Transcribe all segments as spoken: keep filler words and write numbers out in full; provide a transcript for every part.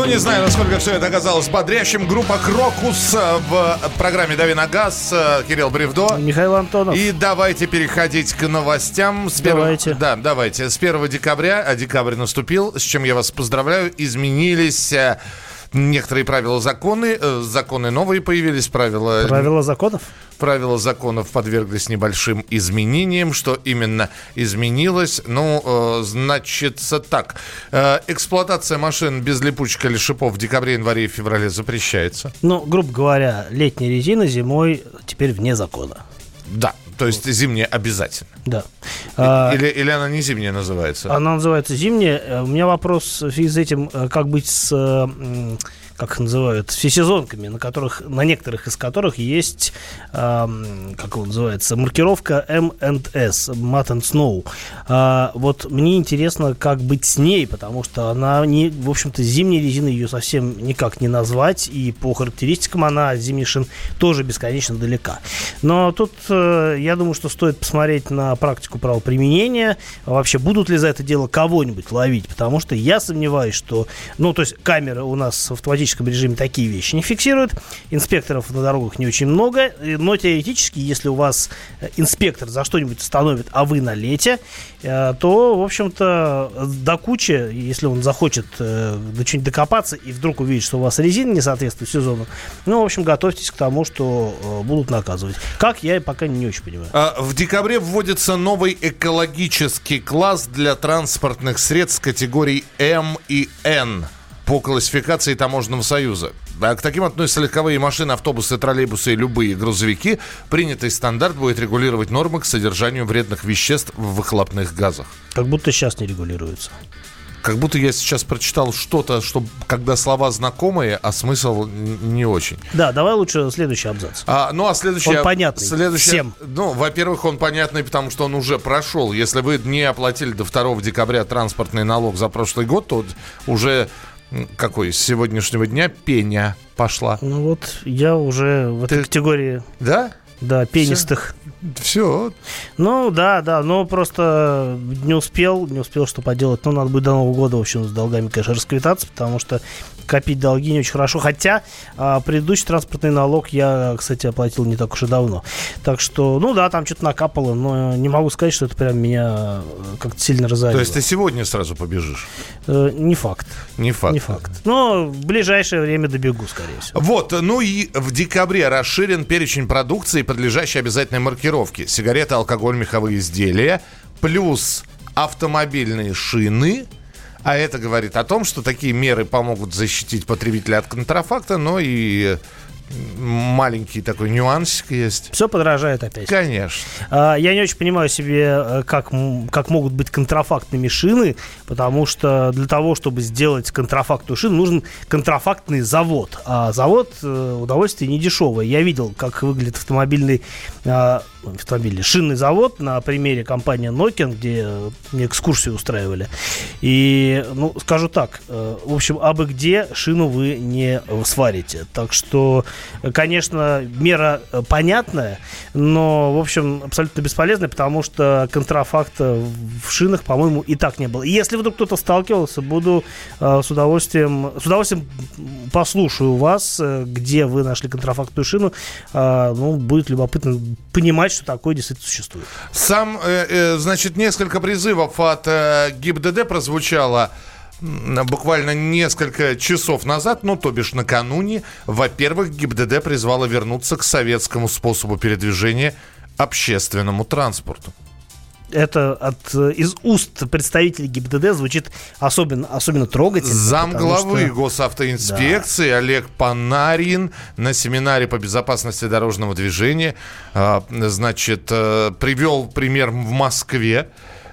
Ну, не знаю, насколько все это оказалось бодрящим. Группа «Крокус» в программе «Дави на газ». Кирилл Бревдо. Михаил Антонов. И давайте переходить к новостям. С первого... Давайте. Да, давайте. С первого декабря, а декабрь наступил, с чем я вас поздравляю, изменились... некоторые правила, законы, законы новые появились, правила... Правила законов? Правила законов подверглись небольшим изменениям. Что именно изменилось? Ну, значит, так. Эксплуатация машин без липучек или шипов в декабре, январе и феврале запрещается. Ну, грубо говоря, летняя резина зимой теперь вне закона. Да, то есть зимняя обязательно. Да. Или, или она не зимняя называется? Она называется зимняя. У меня вопрос в связи с этим, как быть с... как их называют, всесезонками, на которых, на некоторых из которых есть, э, как его называется, маркировка эм энд эс, Mud and Snow. Э, вот мне интересно, как быть с ней, потому что она, не, в общем-то, зимней резиной ее совсем никак не назвать, и по характеристикам она от зимних шин тоже бесконечно далека. Но тут, э, я думаю, что стоит посмотреть на практику правоприменения, вообще будут ли за это дело кого-нибудь ловить, потому что я сомневаюсь, что, ну, то есть камеры у нас в автоматическом режиме такие вещи не фиксируют. Инспекторов на дорогах не очень много, но теоретически, если у вас инспектор за что-нибудь остановит, а вы на лете, то, в общем-то, до кучи, если он захочет до чего-нибудь докопаться и вдруг увидит, что у вас резина не соответствует сезону, ну, в общем, готовьтесь к тому, что будут наказывать. Как, я пока не очень понимаю. В декабре вводится новый экологический класс для транспортных средств категорий М и Н по классификации Таможенного союза. А к таким относятся легковые машины, автобусы, троллейбусы и любые грузовики. Принятый стандарт будет регулировать нормы к содержанию вредных веществ в выхлопных газах. Как будто сейчас не регулируется. Как будто я сейчас прочитал что-то, что когда слова знакомые, а смысл не очень. Да, давай лучше следующий абзац. А, ну, а следующий... Он понятный следующий, всем. Ну, во-первых, он понятный, потому что он уже прошел. Если вы не оплатили до второго декабря транспортный налог за прошлый год, то уже... Какой? С сегодняшнего дня пеня пошла. Ну вот, я уже в этой Ты... категории... Да? Да, пенистых. Все. Ну, да, да, но просто не успел, не успел что поделать. Ну, надо будет до Нового года, в общем, с долгами, конечно, расквитаться, потому что копить долги не очень хорошо. Хотя а, предыдущий транспортный налог я, кстати, оплатил не так уж и давно. Так что, ну да, там что-то накапало, но не могу сказать, что это прям меня как-то сильно разорило. То есть ты сегодня сразу побежишь? Э, не факт. Не факт. Не факт. Но в ближайшее время добегу, скорее всего. Вот, ну и в декабре расширен перечень продукции, подлежащей обязательной маркировке. Сигареты, алкоголь, меховые изделия, плюс автомобильные шины. А это говорит о том, что такие меры помогут защитить потребителя от контрафакта, но и маленький такой нюансик есть. Все подорожает опять. Конечно. Я не очень понимаю себе, как, как могут быть контрафактными шины, потому что для того, чтобы сделать контрафактную шину, нужен контрафактный завод. А завод удовольствие не дешевое. Я видел, как выглядит автомобильный, автомобильный шинный завод на примере компании Nokian, где мне экскурсию устраивали. И, ну, скажу так, в общем, абы где шину вы не сварите. Так что, конечно, мера понятная, но, в общем, абсолютно бесполезная, потому что контрафакта в шинах, по-моему, и так не было. И если вдруг кто-то сталкивался, буду э, с удовольствием, с удовольствием послушаю вас, э, где вы нашли контрафактную шину. Э, ну, будет любопытно понимать, что такое действительно существует. Сам, э, э, значит, несколько призывов от э, ГИБДД прозвучало буквально несколько часов назад, ну, то бишь накануне. Во-первых, ГИБДД призвала вернуться к советскому способу передвижения, общественному транспорту. Это от, из уст представителей ГИБДД звучит особенно, особенно трогательно. Замглавы что... госавтоинспекции да. Олег Панарин на семинаре по безопасности дорожного движения, значит, привел пример в Москве.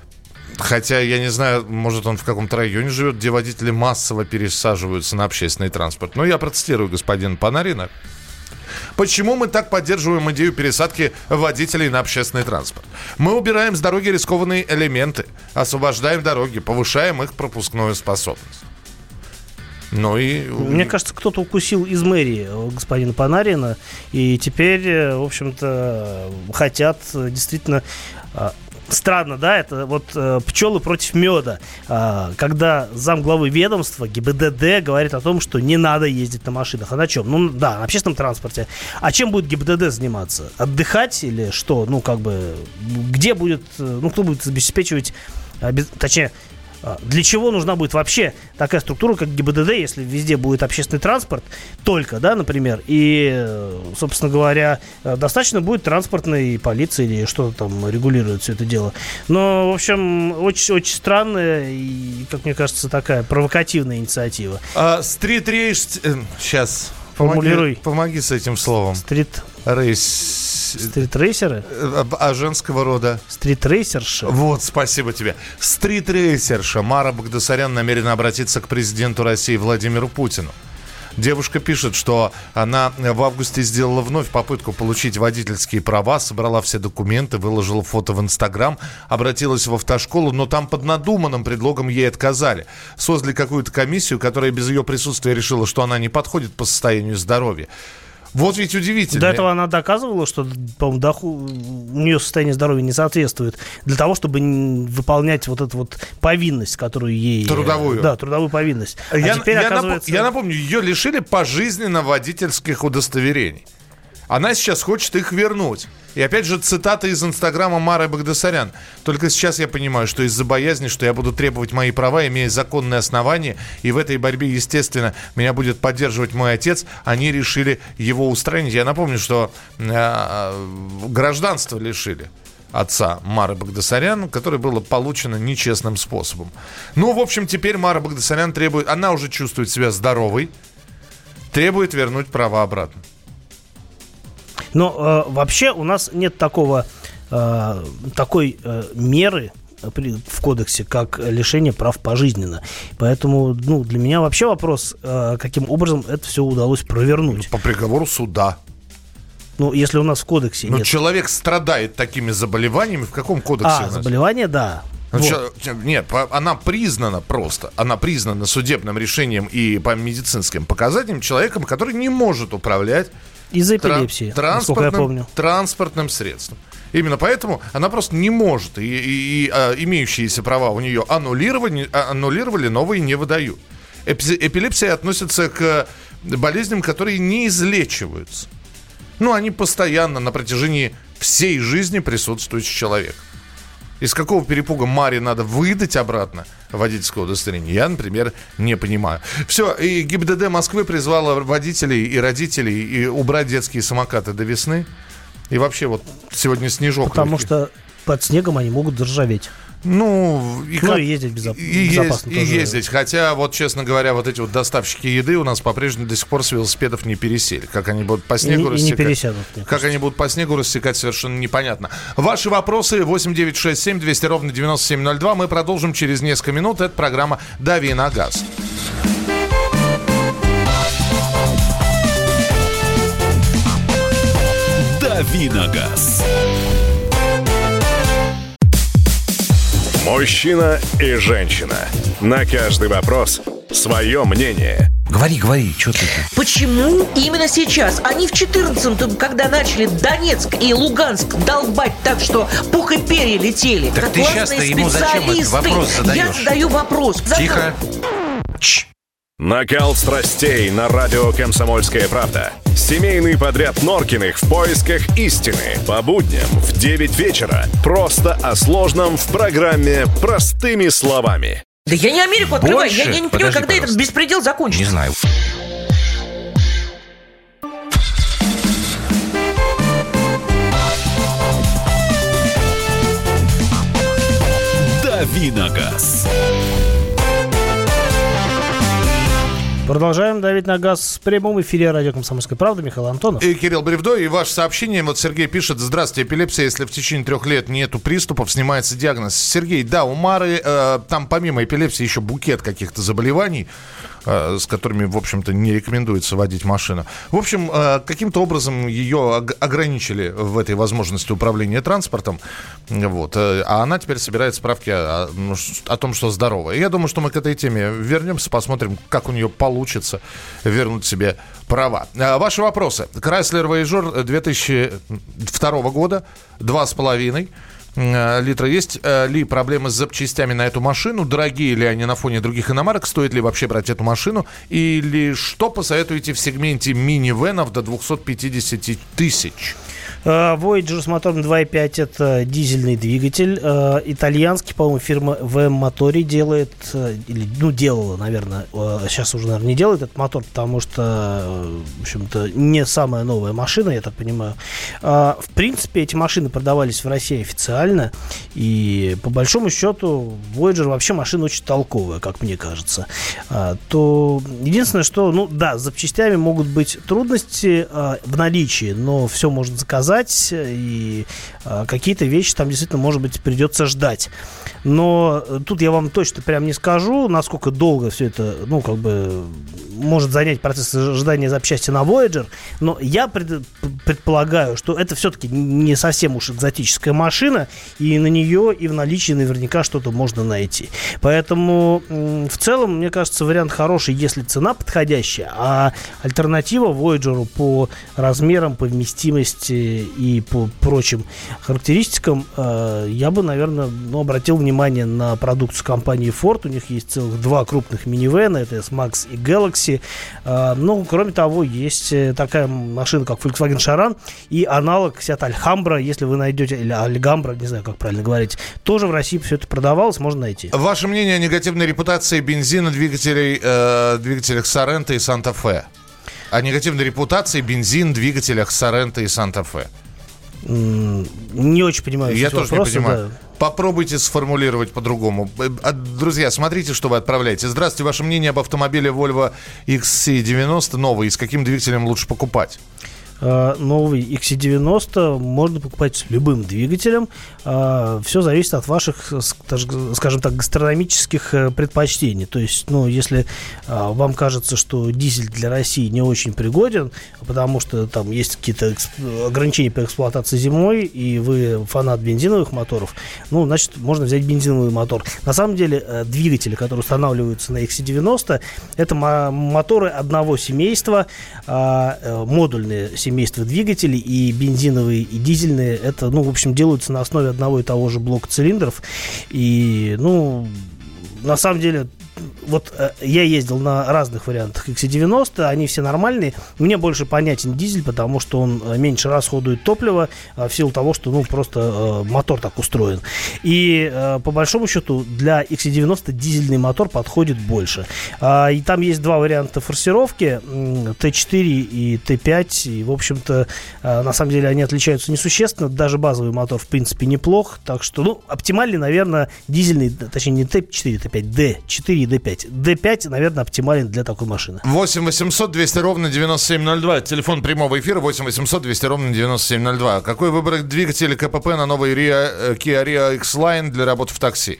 Хотя, я не знаю, может, он в каком-то районе живет, где водители массово пересаживаются на общественный транспорт. Но я процитирую господина Панарина. Почему мы так поддерживаем идею пересадки водителей на общественный транспорт? Мы убираем с дороги рискованные элементы, освобождаем дороги, повышаем их пропускную способность. Ну и... Мне кажется, кто-то укусил из мэрии господина Панарина, и теперь, в общем-то, хотят действительно... странно, да, это вот э, пчелы против меда. Э, когда замглавы ведомства ГИБДД говорит о том, что не надо ездить на машинах. А на чем? Ну, да, на общественном транспорте. А чем будет ГИБДД заниматься? Отдыхать или что? Ну, как бы, где будет, ну, кто будет обеспечивать, точнее, для чего нужна будет вообще такая структура, как ГИБДД, если везде будет общественный транспорт только, да, например, и, собственно говоря, достаточно будет транспортной полиции или что-то там регулирует все это дело. Но, в общем, очень-очень странная и, как мне кажется, такая провокативная инициатива. А, стрит-рейс... Э, сейчас... Формулируй. Помоги, помоги с этим словом. Стрит... Рейс... Стритрейсеры? А, а женского рода? Стритрейсерша. Вот, спасибо тебе. Стритрейсерша Мара Багдасарян намерена обратиться к президенту России Владимиру Путину. Девушка пишет, что она в августе сделала вновь попытку получить водительские права, собрала все документы, выложила фото в Инстаграм, обратилась в автошколу, но там под надуманным предлогом ей отказали. Создали какую-то комиссию, которая без ее присутствия решила, что она не подходит по состоянию здоровья. Вот ведь удивительно. До этого она доказывала, что, по-моему, доху... у нее состояние здоровья не соответствует для того, чтобы выполнять вот эту вот повинность, которую ей... Трудовую. Да, трудовую повинность. А я, теперь, я, оказывается... напом... я напомню, ее лишили пожизненно водительских удостоверений. Она сейчас хочет их вернуть. И опять же цитата из Инстаграма Мары Багдасарян. Только сейчас я понимаю, что из-за боязни, что я буду требовать мои права, имея законные основания, и в этой борьбе, естественно, меня будет поддерживать мой отец, они решили его устранить. Я напомню, что э, гражданство лишили отца Мары Багдасарян, которое было получено нечестным способом. Ну, в общем, теперь Мара Багдасарян требует, она уже чувствует себя здоровой, требует вернуть права обратно. Но э, вообще у нас нет такого, э, такой э, меры в кодексе, как лишение прав пожизненно. Поэтому, ну, для меня вообще вопрос, э, каким образом это все удалось провернуть. По приговору суда. Ну, если у нас в кодексе Но нет... человек страдает такими заболеваниями, в каком кодексе а, у нас? заболевания, да. Ну, вот. че, нет, она признана просто, она признана судебным решением и по медицинским показателям человеком, который не может управлять из-за эпилепсии, Тран- насколько я помню. Транспортным средством. Именно поэтому она просто не может. И, и, и а, имеющиеся права у нее аннулировали, аннулировали, новые не выдают. Эпи- эпилепсия относится к болезням, которые не излечиваются. Ну, они постоянно на протяжении всей жизни присутствуют с человеком. Из какого перепуга Маре надо выдать обратно водительское удостоверение, я, например, не понимаю. Все, и ГИБДД Москвы призвала водителей и родителей и убрать детские самокаты до весны. И вообще вот сегодня снежок. Потому легкий. что под снегом они могут заржаветь. Ну, и, ну, как... и ездить безоп... и безопасно. И тоже. ездить. Хотя, вот, честно говоря, вот эти вот доставщики еды у нас по-прежнему до сих пор с велосипедов не пересели. Как они будут по снегу и, рассекать. И не пересядут, как кажется. Они будут по снегу рассекать, совершенно непонятно. Ваши вопросы восемь девятьсот шестьдесят семь двести ровно девяносто семь ноль два. Мы продолжим через несколько минут. Это программа «Дави на газ». «Дави на газ». Мужчина и женщина. На каждый вопрос свое мнение. Говори, говори, что ты? Почему именно сейчас? Они в четырнадцатом, когда начали Донецк и Луганск долбать так, что пух и перья летели. Так как ты сейчас-то ему зачем этот вопрос задаешь? Я задаю вопрос. Тихо. Чш. Накал страстей на радио «Комсомольская правда». Семейный подряд Норкиных в поисках истины. По будням в девять вечера. Просто о сложном в программе «Простыми словами». Да я не Америку открываю. Больше? Я, я не Подожди, понимаю, когда пожалуйста. этот беспредел закончится. Не знаю. «Дави на газ». Продолжаем давить на газ в прямом эфире радио «Комсомольская правда». Михаил Антонов. И Кирилл Бревдо. И ваше сообщение. Вот Сергей пишет: здравствуйте, эпилепсия, если в течение трех лет нету приступов, снимается диагноз. Сергей, да, у Мары э, там помимо эпилепсии еще букет каких-то заболеваний, э, с которыми, в общем-то, не рекомендуется водить машину. В общем, э, каким-то образом ее ограничили в этой возможности управления транспортом. Вот, э, а она теперь собирает справки о, о том, что здоровая. Я думаю, что мы к этой теме вернемся, посмотрим, как у нее получится вернуть себе права. Ваши вопросы. Chrysler Voyager две тысячи второго года, два с половиной. литра. Есть э, ли проблемы с запчастями на эту машину? Дорогие ли они на фоне других иномарок? Стоит ли вообще брать эту машину? Или что посоветуете в сегменте минивенов до двести пятьдесят тысяч? Voyager с мотором два и пять это дизельный двигатель. Итальянский, по-моему, фирма ви эм Motori делает, или, ну, делала, наверное, сейчас уже, наверное, не делает этот мотор, потому что, в общем-то, не самая новая машина, я так понимаю. В принципе, эти машины продавались в России официально, и, по большому счету, Voyager вообще машина очень толковая, как мне кажется. То единственное, что, ну, да, с запчастями могут быть трудности в наличии, но все можно заказать, и а, какие-то вещи там действительно, может быть, придется ждать. Но тут я вам точно прям не скажу, насколько долго все это, ну, как бы, может занять процесс ожидания запчасти на Voyager, но я пред, предполагаю, что это все-таки не совсем уж экзотическая машина, и на нее и в наличии наверняка что-то можно найти. Поэтому в целом, мне кажется, вариант хороший, если цена подходящая, а альтернатива Voyager по размерам, по вместимости и по прочим характеристикам, я бы, наверное, ну, обратил внимание на продукцию компании Ford. У них есть целых два крупных минивэна, это S-Max и Galaxy. Ну, кроме того, есть такая машина, как Volkswagen Charan, и аналог Seat Alhambra, если вы найдете, или Alhambra, не знаю, как правильно говорить, тоже в России все это продавалось, можно найти. Ваше мнение о негативной репутации бензина двигателей, э, двигателях Sorento и Santa Fe? О негативной репутации бензин двигателях Sorento и Santa Fe? Не очень понимаю. Я тоже вопросы, не понимаю. Да. Попробуйте сформулировать по-другому. Друзья, смотрите, что вы отправляете. Здравствуйте, ваше мнение об автомобиле Volvo икс си девяносто новый. И с каким двигателем лучше покупать? Новый икс си девяносто можно покупать с любым двигателем. Все зависит от ваших, скажем так, гастрономических предпочтений. То есть, ну, если вам кажется, что дизель для России не очень пригоден, потому что там есть какие-то ограничения по эксплуатации зимой, и вы фанат бензиновых моторов, ну, значит, можно взять бензиновый мотор. На самом деле, двигатели, которые устанавливаются на икс си девяносто, это моторы одного семейства, модульные семейства. Семейство двигателей, и бензиновые, и дизельные, это, ну, в общем, делаются на основе одного и того же блока цилиндров. И, ну, на самом деле, вот э, я ездил на разных вариантах икс си девяносто, они все нормальные. Мне больше понятен дизель, потому что он меньше расходует топлива, э, в силу того, что, ну, просто э, мотор так устроен. И э, по большому счету для икс си девяносто дизельный мотор подходит больше. Э, и там есть два варианта форсировки, э, тэ четыре и тэ пять. И, в общем-то, э, на самом деле они отличаются несущественно. Даже базовый мотор, в принципе, неплох. Так что, ну, оптимальный, наверное, дизельный, точнее, не тэ четыре, тэ пять, дэ четыре и дэ пять. дэ пять, наверное, оптимален для такой машины. восемь восемьсот двести ровно девяносто семь ноль два. Телефон прямого эфира восемь восемьсот двести ровно девяносто семь ноль два. Какой выбор двигателя ка пэ пэ на новый Ria, Kia Rio X-Line для работы в такси?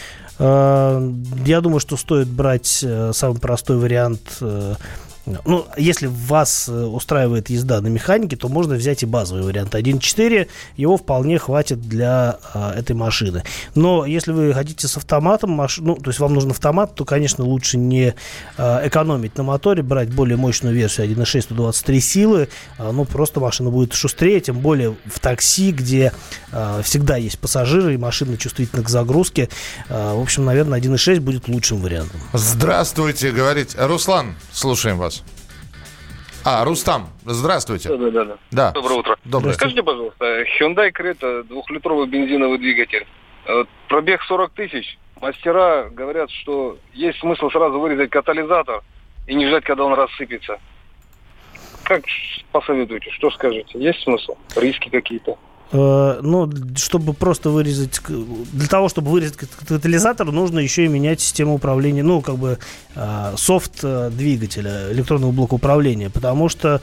Я думаю, что стоит брать самый простой вариант. Ну, если вас устраивает езда на механике, то можно взять и базовый вариант один четыре, его вполне хватит для а, этой машины. Но если вы хотите с автоматом, маш... ну, то есть вам нужен автомат, то, конечно, лучше не а, экономить на моторе, брать более мощную версию один и шесть, сто двадцать три силы, а, ну, просто машина будет шустрее, тем более в такси, где а, всегда есть пассажиры, и машина чувствительна к загрузке. А, в общем, наверное, один и шесть будет лучшим вариантом. Здравствуйте, говорит Руслан, слушаем вас. А, Рустам, здравствуйте. Да, да, да. да. да. Доброе утро. Доброе. Скажите, пожалуйста, Hyundai Creta, двухлитровый бензиновый двигатель, пробег сорок тысяч. Мастера говорят, что есть смысл сразу вырезать катализатор и не ждать, когда он рассыпется. Как посоветуете, что скажете? Есть смысл? Риски какие-то? Ну, чтобы просто вырезать, для того, чтобы вырезать катализатор, нужно еще и менять систему управления, ну, как бы софт двигателя, электронного блока управления, потому что,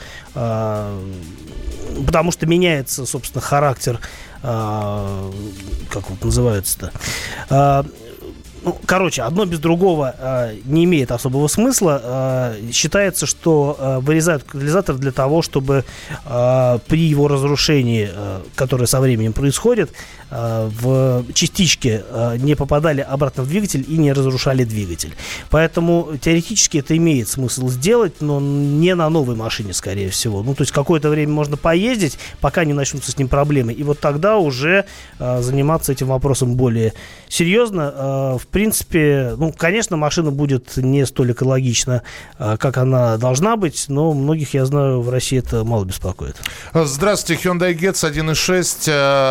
потому что меняется, собственно, характер, как вот называется-то, ну, короче, одно без другого э, не имеет особого смысла. Э, считается, что э, вырезают катализатор для того, чтобы э, при его разрушении, э, которое со временем происходит, в частички не попадали обратно в двигатель и не разрушали двигатель. Поэтому теоретически это имеет смысл сделать, но не на новой машине, скорее всего. Ну, то есть какое-то время можно поездить, пока не начнутся с ним проблемы. И вот тогда уже заниматься этим вопросом более серьезно. В принципе, ну, конечно, машина будет не столь экологична, как она должна быть, но многих, я знаю, в России это мало беспокоит. Здравствуйте, Hyundai Getz один и шесть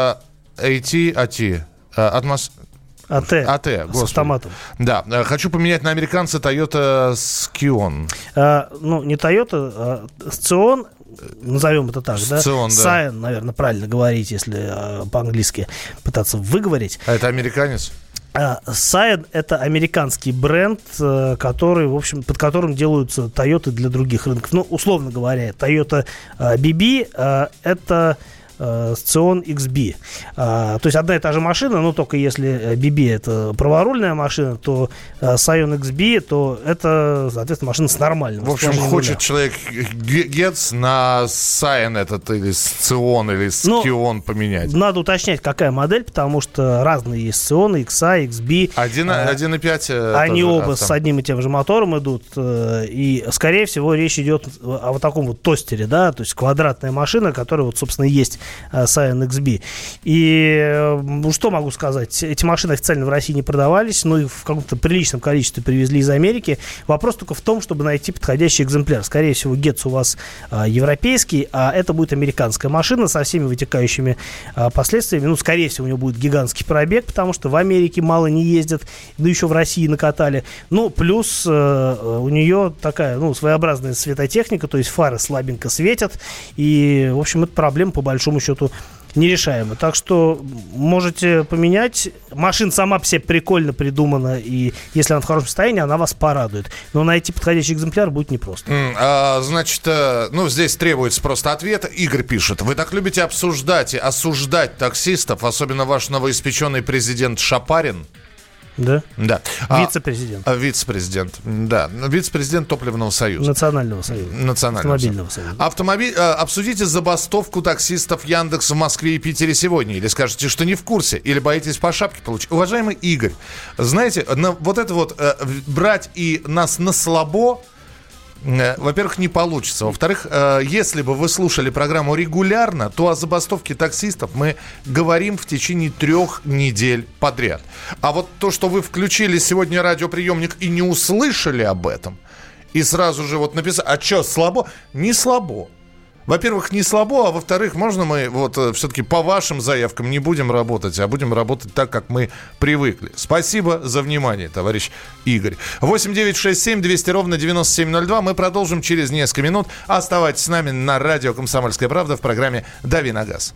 эй ти, эй ти, Атмос... АТ, АТ, с автоматом. Да, хочу поменять на американца Toyota Scion. А, ну, не Toyota, а Scion, назовем это так, Scion, да? да. Scion, наверное, правильно говорить, если а, по-английски пытаться выговорить. А это американец? Scion — это американский бренд, который, в общем, под которым делаются Toyota для других рынков. Ну, условно говоря, Toyota би би — это Scion икс би. То есть одна и та же машина, но только если би би это праворульная машина, то Scion икс би, то это, соответственно, машина с нормальным. В общем, хочет человек Getz на Scion этот или Scion или Scion ну, поменять. Надо уточнять, какая модель, потому что разные есть Scion, икс ай, икс би. один и пять. Они оба с одним и тем же мотором идут. И, скорее всего, речь идет о вот таком вот тостере, да, то есть квадратная машина, которая вот, собственно, есть Scion икс би. И ну, что могу сказать? Эти машины официально в России не продавались, но их в каком-то приличном количестве привезли из Америки. Вопрос только в том, чтобы найти подходящий экземпляр. Скорее всего, Getz у вас а, европейский, а это будет американская машина со всеми вытекающими а, последствиями. Ну, скорее всего, у него будет гигантский пробег, потому что в Америке мало не ездят, да еще в России накатали. Ну, плюс а, у нее такая, ну, своеобразная светотехника, то есть фары слабенько светят. И, в общем, это проблема, по большому счету, нерешаемо. Так что можете поменять. Машина сама по себе прикольно придумана, и если она в хорошем состоянии, она вас порадует. Но найти подходящий экземпляр будет непросто. Mm, а, значит, ну, здесь требуется просто ответ. Игорь пишет: вы так любите обсуждать и осуждать таксистов, особенно ваш новоиспеченный президент Шапарин. Да? Да. Вице-президент. А, вице-президент, да. Вице-президент Топливного союза. Национального союза. Национального Автомобильного союза. Автомобиль, а, обсудите забастовку таксистов Яндекс в Москве и Питере сегодня. Или скажете, что не в курсе. Или боитесь по шапке получить. Уважаемый Игорь, знаете, на, вот это вот э, брать и нас на слабо, во-первых, не получится. Во-вторых, если бы вы слушали программу регулярно, то о забастовке таксистов мы говорим в течение трех недель подряд. А вот то, что вы включили сегодня радиоприемник и не услышали об этом, и сразу же вот написали: а что, слабо? Не слабо. Во-первых, не слабо, а во-вторых, можно мы вот все-таки по вашим заявкам не будем работать, а будем работать так, как мы привыкли. Спасибо за внимание, товарищ Игорь. восемь девятьсот шестьдесят семь двести ровно девяносто семь ноль два. Мы продолжим через несколько минут. Оставайтесь с нами на радио «Комсомольская правда» в программе «Дави на газ».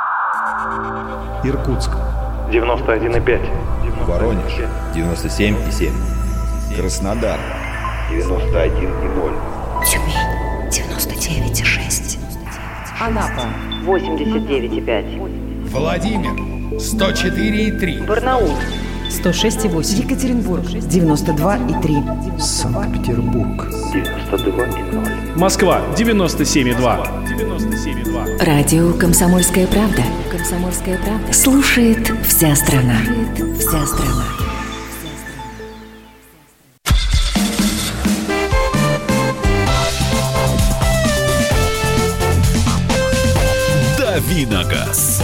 Иркутск. девяносто один и пять. Воронеж. девяносто семь и семь. Краснодар. девяносто один и ноль. Тюмень. девяносто девять и шесть. Анапа. восемьдесят девять и пять. Владимир. сто четыре и три. Барнаул. сто шесть и восемь. Екатеринбург. девяносто два и три. Санкт-Петербург. девяносто два и ноль. Москва. девяносто семь и два. Радио «Комсомольская правда». «Комсомольская правда». Слушает вся страна. Слушает вся страна. «Дави на газ».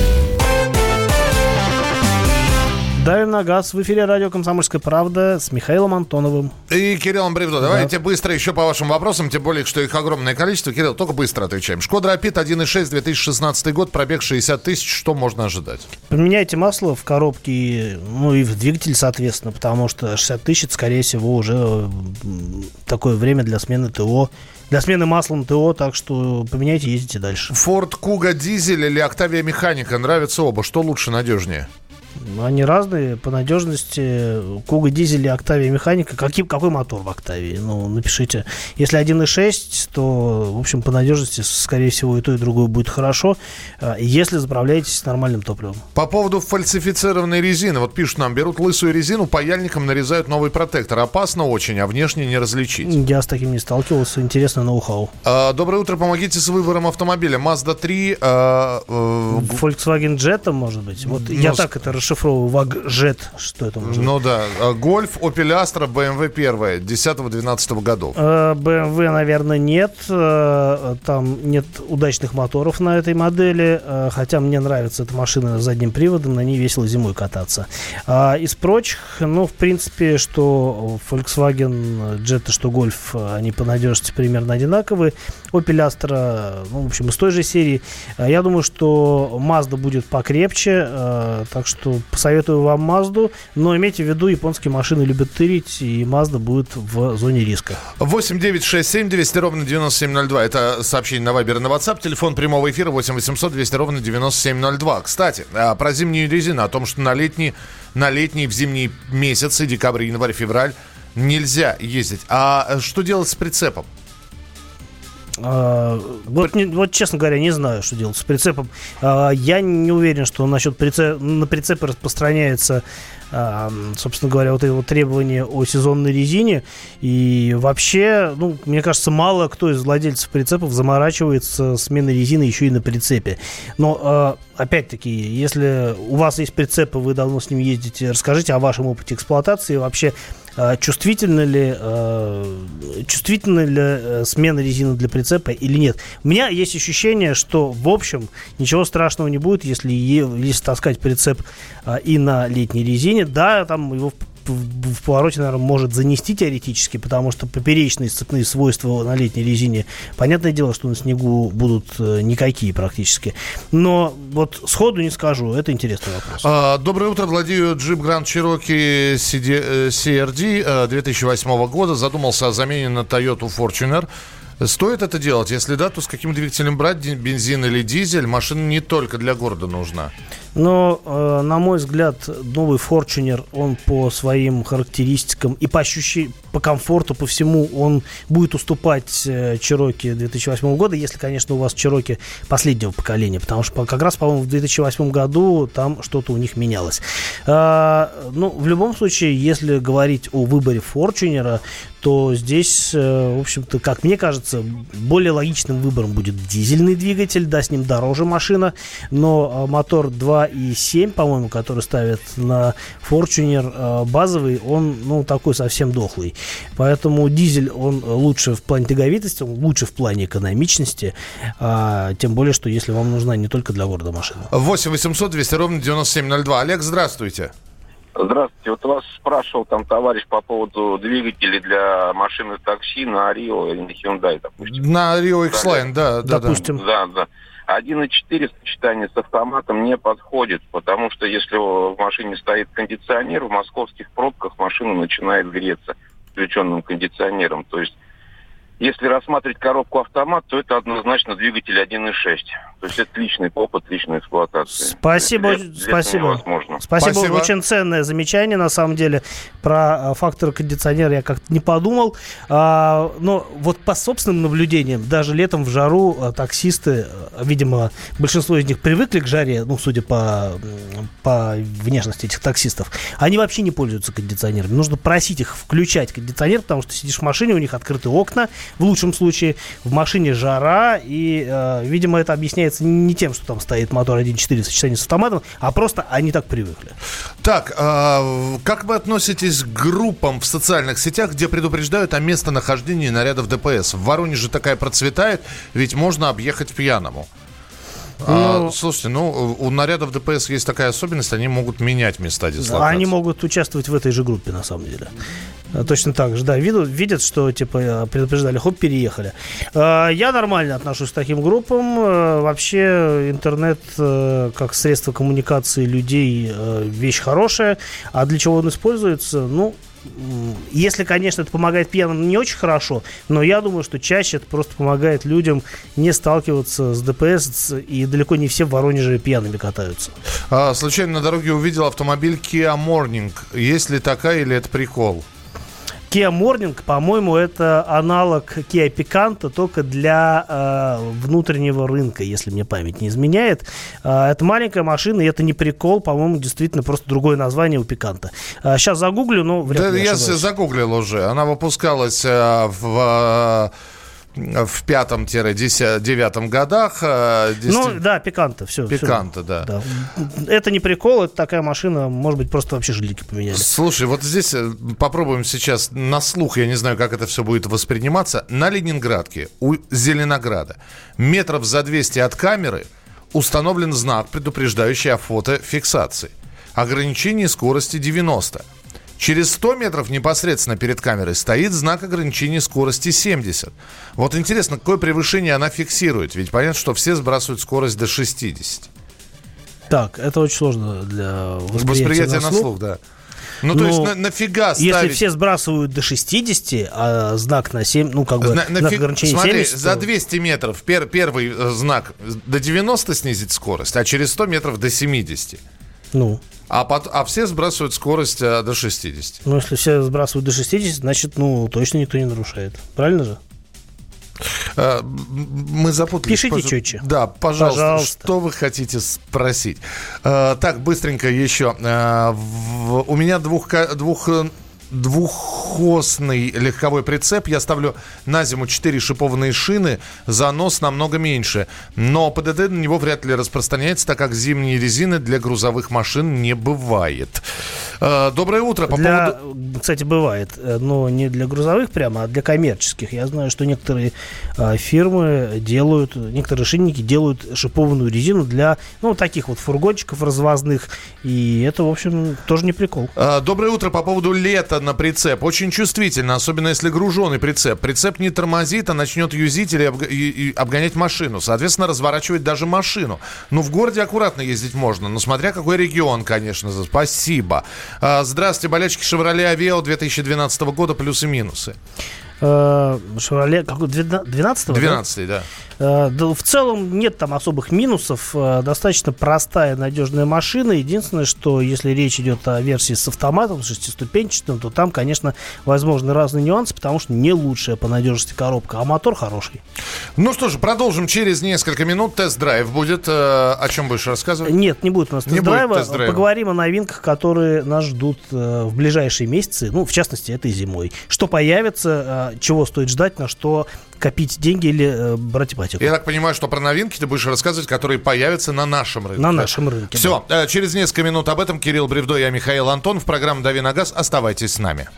Давим на газ. В эфире радио «Комсомольская правда» с Михаилом Антоновым. И Кириллом Бревдо. Давайте да. быстро еще по вашим вопросам, тем более, что их огромное количество. Кирилл, только быстро отвечаем. Шкода Рапид один и шесть, две тысячи шестнадцатый год, пробег шестьдесят тысяч. Что можно ожидать? Поменяйте масло в коробке, ну и в двигатель, соответственно, потому что шестьдесят тысяч, скорее всего, уже такое время для смены ТО. Для смены масла на ТО, так что поменяйте, ездите дальше. Ford Kuga дизель или Octavia механика? Нравятся оба. Что лучше, надежнее? Они разные по надежности. Куга дизель и Октавия механика. Каким, какой мотор в Октавии? Ну, напишите. Если один и шесть, то, в общем, по надежности, скорее всего, и то, и другое будет хорошо, если заправляетесь с нормальным топливом. По поводу фальсифицированной резины. Вот пишут нам, берут лысую резину, паяльником нарезают новый протектор. Опасно очень, а внешне не различить. Я с таким не сталкивался. Интересно ноу-хау. А, доброе утро. Помогите с выбором автомобиля. Mazda три. А, а... Volkswagen Jetta, может быть. Вот Но... я так это расшифровываю. Ваг-Жет. Что это может быть? Ну да. Гольф, Opel Astra, бэ эм вэ первая. десятого-двенадцатого годов. бэ эм вэ, наверное, нет. Там нет удачных моторов на этой модели. Хотя мне нравится эта машина с задним приводом. На ней весело зимой кататься. Из прочих, ну, в принципе, что Volkswagen Jetta, что Golf, они по надежности примерно одинаковые. Opel Astra, ну, в общем, из той же серии. Я думаю, что Mazda будет покрепче. Так что посоветую вам Mazda. Но имейте в виду, японские машины любят тырить, и Mazda будет в зоне риска. восемь девять шесть семь двести ровно девяносто семь ноль два. Это сообщение на Вайбер и на WhatsApp. Телефон прямого эфира восемь восемьсот двести ровно девяносто семь ноль два. Кстати, про зимнюю резину. О том, что на летние, на летние в зимние месяцы, декабрь, январь, февраль, нельзя ездить. А что делать с прицепом? А, вот, не, вот, честно говоря, не знаю, что делать с прицепом. А, я не уверен, что насчет прицеп, на прицепы распространяется, а, собственно говоря, вот это вот требование о сезонной резине. И вообще, ну, мне кажется, мало кто из владельцев прицепов заморачивается сменой резины еще и на прицепе. Но, а, опять-таки, если у вас есть прицеп, и вы давно с ним ездите, расскажите о вашем опыте эксплуатации. Вообще, чувствительна ли, чувствительна ли смена резины для прицепа или нет. У меня есть ощущение, что, в общем, ничего страшного не будет, если, если таскать прицеп и на летней резине. Да, там его в, в повороте, наверное, может занести теоретически, потому что поперечные сцепные свойства на летней резине, понятное дело, что на снегу будут никакие практически. Но вот сходу не скажу, это интересный вопрос. А, доброе утро, владею Jeep Grand Cherokee си ар ди две тысячи восьмого года, задумался о замене на Toyota Fortuner. Стоит это делать? Если да, то с каким двигателем брать, бензин или дизель? Машина не только для города нужна. Но, э, на мой взгляд, новый Fortuner, он по своим характеристикам и по ощущению, по комфорту, по всему, он будет уступать э, Cherokee две тысячи восьмого года, если, конечно, у вас Cherokee последнего поколения, потому что как раз, по-моему, в две тысячи восьмом году там что-то у них менялось. Э, ну, в любом случае, если говорить о выборе Fortuner, то здесь, э, в общем-то, как мне кажется, более логичным выбором будет дизельный двигатель, да, с ним дороже машина, но э, мотор два и семь, по-моему, который ставят на Fortuner э, базовый, он, ну, такой совсем дохлый. Поэтому дизель, он лучше в плане тяговитости, он лучше в плане экономичности, э, тем более, что если вам нужна не только для города машина. восемь восемьсот двести ровно девяносто семь ноль два. Олег, здравствуйте. Здравствуйте. Вот вас спрашивал там товарищ по поводу двигателей для машины такси на Rio или на Hyundai, допустим. На Rio X-Line, да, да, допустим. Да, да. один и четыре в сочетании с автоматом не подходит, потому что если в машине стоит кондиционер, в московских пробках машина начинает греться включенным кондиционером. То есть, если рассматривать коробку автомат, то это однозначно двигатель один и шесть. То есть это личный опыт, личной эксплуатации. Спасибо, для, для спасибо. спасибо. Спасибо. Очень ценное замечание, на самом деле. Про фактор кондиционера я как-то не подумал. А, но вот по собственным наблюдениям, даже летом в жару таксисты, видимо, большинство из них привыкли к жаре, ну, судя по, по внешности этих таксистов, они вообще не пользуются кондиционерами. Нужно просить их включать кондиционер, потому что сидишь в машине, у них открыты окна, в лучшем случае, в машине жара, и, э, видимо, это объясняется не тем, что там стоит мотор один и четыре в сочетании с автоматом, а просто они так привыкли. Так, э, как вы относитесь к группам в социальных сетях, где предупреждают о местонахождении нарядов ДПС? В Воронеже такая процветает, ведь можно объехать пьяному. Ну, а, слушайте, ну, у нарядов ДПС есть такая особенность, они могут менять места дислокации. Они могут участвовать в этой же группе, на самом деле. Точно так же, да, видят, видят, что, типа, предупреждали, хоп, переехали. Я нормально отношусь к таким группам. Вообще, интернет, как средство коммуникации людей, вещь хорошая. А для чего он используется? Ну, если, конечно, это помогает пьяным, не очень хорошо, но я думаю, что чаще это просто помогает людям не сталкиваться с ДПС, и далеко не все в Воронеже пьяными катаются. А, случайно на дороге увидел автомобиль Kia Morning. Есть ли такая или это прикол? Kia Morning, по-моему, это аналог Kia Picanto, только для э, внутреннего рынка, если мне память не изменяет. Э, это маленькая машина, и это не прикол, по-моему, действительно просто другое название у Picanto. Э, сейчас загуглю, но вряд да, ли я ошибаюсь. загуглил уже. Она выпускалась э, в... в пятом-девятом годах. Ну, да, Пиканто, все. Пиканто, да. да. Это не прикол, это такая машина, может быть, просто вообще жильники поменяли. Слушай, вот здесь попробуем сейчас на слух, я не знаю, как это все будет восприниматься. На Ленинградке, у Зеленограда, метров за двести от камеры установлен знак, предупреждающий о фотофиксации. Ограничение скорости девяносто. Через сто метров непосредственно перед камерой стоит знак ограничения скорости семьдесят. Вот интересно, какое превышение она фиксирует? Ведь понятно, что все сбрасывают скорость до шестидесяти. Так, это очень сложно для восприятия, восприятия на слух. на слух, да. Ну, ну, то есть, на, нафига ставить... Если все сбрасывают до шестидесяти, а знак на семь, ну, как бы, на, на знак фиг... ограничения Смотри, семьдесят... за двести метров пер, первый знак до девяноста снизить скорость, а через сто метров до семидесяти. Ну... А, под, а все сбрасывают скорость а, до шестидесяти. Ну, если все сбрасывают до шестидесяти, значит, ну, точно никто не нарушает. Правильно же? А, мы запутались. Пишите Пож... четче. Да, пожалуйста, пожалуйста. Что вы хотите спросить? А, так, быстренько еще. А, в, у меня двух... двух двухосный легковой прицеп. Я ставлю на зиму четыре шипованные шины. Занос намного меньше. Но ПДД на него вряд ли распространяется, так как зимние резины для грузовых машин не бывает. Доброе утро. По для, поводу... Кстати, бывает. Но не для грузовых прямо, а для коммерческих. Я знаю, что некоторые а, фирмы делают, некоторые шинники делают шипованную резину для, ну, таких вот фургончиков развозных. И это, в общем, тоже не прикол. Доброе утро. По поводу лета на прицеп. Очень чувствительно, особенно если груженый прицеп. Прицеп не тормозит, а начнет юзить или обг... и, и обгонять машину. Соответственно, разворачивать даже машину. Ну, в городе аккуратно ездить можно, но смотря какой регион, конечно. Спасибо. А, здравствуйте, болельщики «Шевроле Авео» две тысячи двенадцатого года, плюсы-минусы. «Шевроле» какой? двенадцатого? двенадцатый, да. Да, в целом нет там особых минусов. Достаточно простая, надежная машина. Единственное, что если речь идет о версии с автоматом, шестиступенчатым, то там, конечно, возможны разные нюансы, потому что не лучшая по надежности коробка, а мотор хороший. Ну что же, продолжим через несколько минут. Тест-драйв будет. О чем будешь рассказывать? Нет, не будет у нас тест-драйва. тест-драйва. Поговорим о новинках, которые нас ждут в ближайшие месяцы. Ну, в частности, этой зимой. Что появится, чего стоит ждать, на что копить деньги или э, брать ипотеку. Я так понимаю, что про новинки ты будешь рассказывать, которые появятся на нашем рынке. На нашем рынке. Все, да. Через несколько минут об этом. Кирилл Бревдо, я Михаил Антонов. Программа «Дави на газ». Оставайтесь с нами.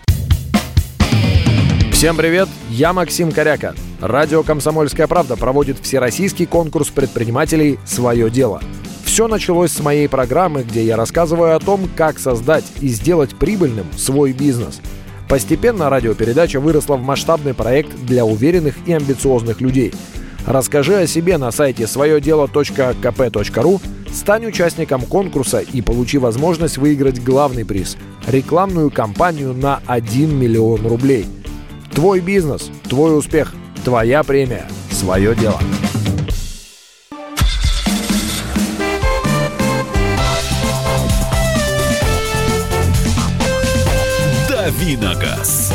Всем привет, я Максим Коряка. Радио «Комсомольская правда» проводит всероссийский конкурс предпринимателей «Свое дело». Все началось с моей программы, где я рассказываю о том, как создать и сделать прибыльным свой бизнес. Постепенно радиопередача выросла в масштабный проект для уверенных и амбициозных людей. Расскажи о себе на сайте свое дело точка ка пэ точка ру, стань участником конкурса и получи возможность выиграть главный приз – рекламную кампанию на один миллион рублей. Твой бизнес, твой успех, твоя премия, свое дело. «Дави на газ».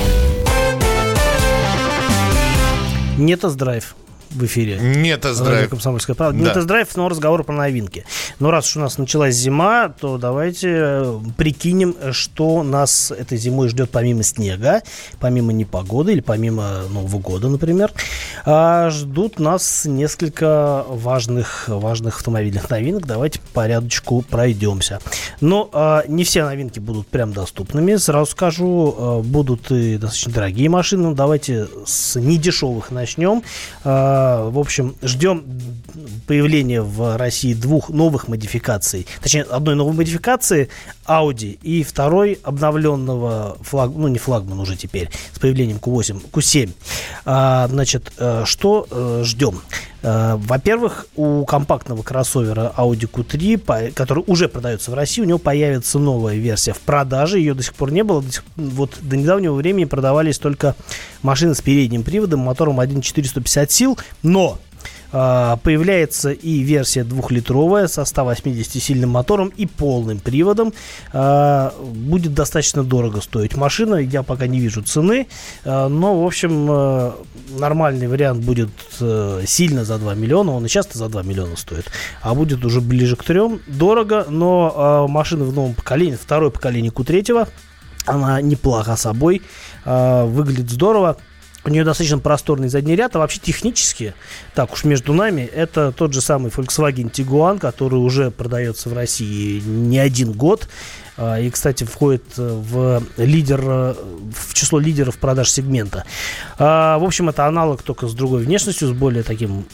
Не тест-драйв в эфире. Не тест-драйв. «Комсомольская правда». Не да. тест-драйв, но разговор про новинки. Но раз уж у нас началась зима, то давайте прикинем, что нас этой зимой ждет помимо снега, помимо непогоды или помимо Нового года, например. А ждут нас несколько важных, важных автомобильных новинок. Давайте по порядочку пройдемся. Но а, не все новинки будут прям доступными. Сразу скажу, а, будут и достаточно дорогие машины. Но давайте с недешевых начнем. А, в общем, ждем появления в России двух новых модификаций. Точнее, одной новой модификации Audi и второй обновленного флаг, ну не флагман уже теперь, с появлением Q восемь, Q семь. А, значит, что ждем? Во-первых, у компактного кроссовера Audi кью три, который уже продается в России, у него появится новая версия в продаже. Ее до сих пор не было. До сих, вот до недавнего времени продавались только машины с передним приводом, мотором один и четыре сто пятьдесят сил. Но появляется и версия двухлитровая со ста восьмидесятисильным мотором и полным приводом. Будет достаточно дорого стоить машина. Я пока не вижу цены. Но, в общем, нормальный вариант будет сильно за два миллиона. Он и часто за два миллиона стоит. А будет уже ближе к трем. Дорого, но машина в новом поколении, второе поколение кью три, она неплоха собой. Выглядит здорово. У нее достаточно просторный задний ряд, а вообще технически, так уж между нами, это тот же самый Volkswagen Tiguan, который уже продается в России не один год. И, кстати, входит в, лидер, в число лидеров продаж сегмента. В общем, это аналог, только с другой внешностью, с более таким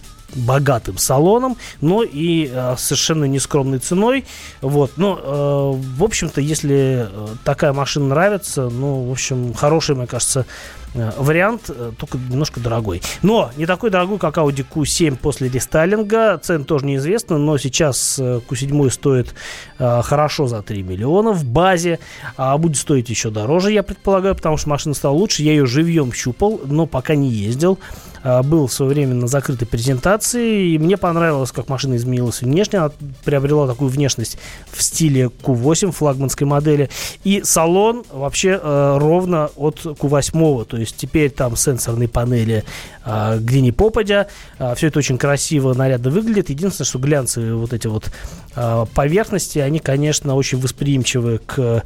богатым салоном, но и э, совершенно нескромной ценой. Вот. Но, э, в общем-то, если э, такая машина нравится, ну, в общем, хороший, мне кажется, э, вариант, э, только немножко дорогой. Но не такой дорогой, как Audi кью семь после рестайлинга. Цен тоже неизвестно, но сейчас э, кью семь стоит э, хорошо за три миллиона в базе, а будет стоить еще дороже, я предполагаю, потому что машина стала лучше. Я ее живьем щупал, но пока не ездил. Был в свое время на закрытой презентации, и мне понравилось, как машина изменилась внешне. Она приобрела такую внешность в стиле кью восемь, флагманской модели. И салон вообще э, ровно от кью восемь, то есть теперь там сенсорные панели э, где ни попадя. Э, все это очень красиво, нарядно выглядит. Единственное, что глянцевые вот эти вот э, поверхности, они, конечно, очень восприимчивы к,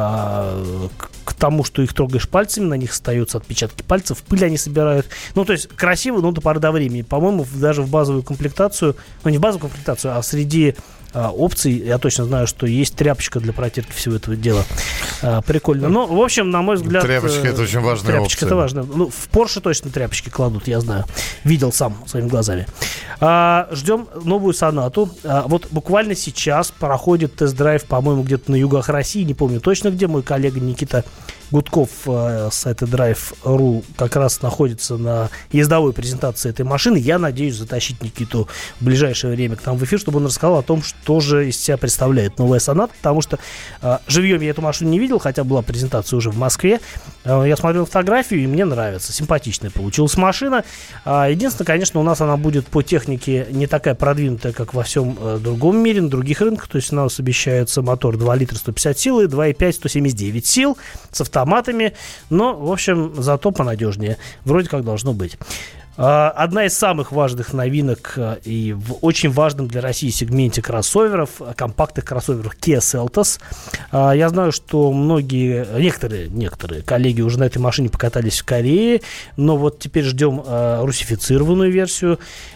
э, к тому, что их трогаешь пальцами, на них остаются отпечатки пальцев, пыль они собирают. Ну, то есть красиво, но до поры до времени. По-моему, даже в базовую комплектацию, ну не в базовую комплектацию, а среди а, опций, я точно знаю, что есть тряпочка для протирки всего этого дела. А, прикольно. Но, в общем, на мой взгляд... Тряпочка — это очень важная тряпочка опция. Это важно. Ну, в Porsche точно тряпочки кладут, я знаю. Видел сам своими глазами. А, ждем новую Сонату. А, вот буквально сейчас проходит тест-драйв, по-моему, где-то на югах России, не помню точно где. Мой коллега Никита Гудков э, с сайта драйв точка ру как раз находится на ездовой презентации этой машины. Я надеюсь затащить Никиту в ближайшее время к нам в эфир, чтобы он рассказал о том, что же из себя представляет новая Соната, потому что э, живьем я эту машину не видел, хотя была презентация уже в Москве. Э, я смотрел фотографию, и мне нравится. Симпатичная получилась машина. Э, единственное, конечно, у нас она будет по технике не такая продвинутая, как во всем э, другом мире, на других рынках. То есть у нас обещается мотор два литра сто пятьдесят сил и два и пять сто семьдесят девять сил с автоматом. автоматами, но, в общем, зато понадежнее. Вроде как должно быть. Одна из самых важных новинок и в очень важном для России сегменте кроссоверов, компактных кроссоверов Kia Seltos. Я знаю, что многие, некоторые, некоторые коллеги уже на этой машине покатались в Корее, но вот теперь ждем русифицированную версию.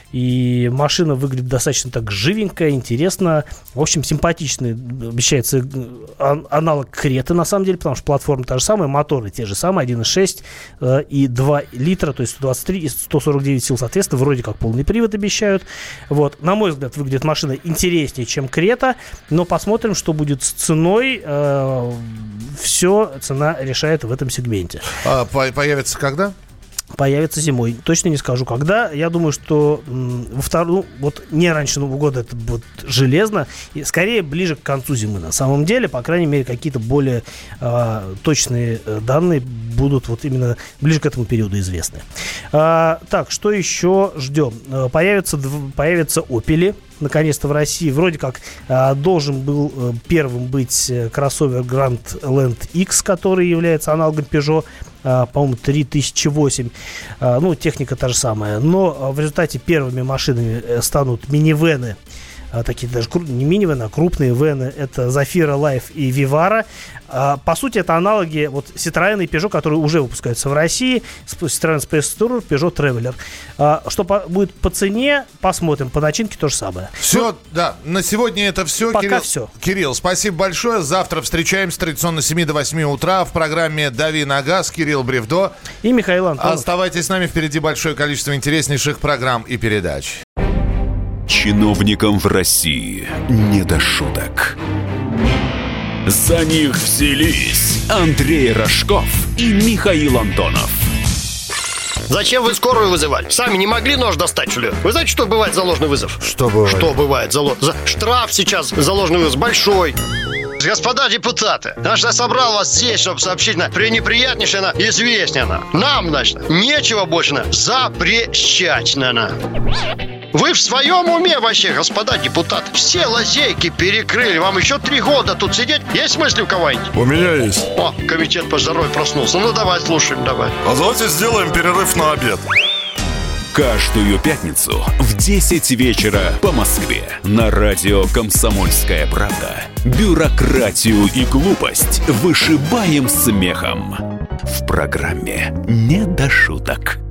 И машина выглядит достаточно так живенькая, интересно. В общем, симпатичный, обещается, аналог Креты, на самом деле, потому что платформа та же самая, моторы те же самые, один и шесть э, и два литра, то есть сто двадцать три и сто сорок девять сил, соответственно, вроде как полный привод обещают. Вот. На мой взгляд, выглядит машина интереснее, чем Крета, но посмотрим, что будет с ценой. Э, все цена решает в этом сегменте. А, появится когда? Появится зимой. Точно не скажу, когда. Я думаю, что м, во втором, ну, вот не раньше Нового года это будет железно. И скорее ближе к концу зимы. На самом деле, по крайней мере, какие-то более э, точные данные будут вот именно ближе к этому периоду известны. А, так, что еще ждем? Появятся, появятся Opel. Наконец-то в России вроде как а, должен был а, первым быть а, кроссовер Grand Land X, который является аналогом Peugeot, а, по-моему, три тысячи восемь. А, ну, техника та же самая. Но а, в результате первыми машинами а, станут минивены. А, такие даже не минивены, а крупные вены. Это Zafira Life и Vivara. А, по сути, это аналоги вот Citroёn и Peugeot, которые уже выпускаются в России. Citroёn Space Tourer, Peugeot Traveler. А, что по, будет по цене, посмотрим. По начинке то же самое. Все, ну, да, на сегодня это все. Пока Кирилл, все. Кирилл, спасибо большое. Завтра встречаемся традиционно с семи до восьми утра в программе «Дави на газ». Кирилл Бревдо и Михаил Антонов. Оставайтесь с нами, впереди большое количество интереснейших программ и передач. Чиновникам в России не до шуток. За них взялись Андрей Рожков и Михаил Антонов. Зачем вы скорую вызывали? Сами не могли нож достать, что ли? Вы знаете, что бывает за ложный вызов? Что бывает? Что бывает за ложный вызов? Штраф сейчас за ложный вызов большой. Господа депутаты, я собрал вас здесь, чтобы сообщить на пренеприятнейшее, на известнее на. Нам, значит, нечего больше на запрещать на. Вы в своем уме вообще, господа депутаты? Все лазейки перекрыли. Вам еще три года тут сидеть? Есть мысли у кого-нибудь? У меня есть. О, комитет по здоровью проснулся. Ну давай, слушаем, давай. А давайте сделаем перерыв на обед. Каждую пятницу в десять вечера по Москве на радио «Комсомольская правда» бюрократию и глупость вышибаем смехом. В программе «Не до шуток».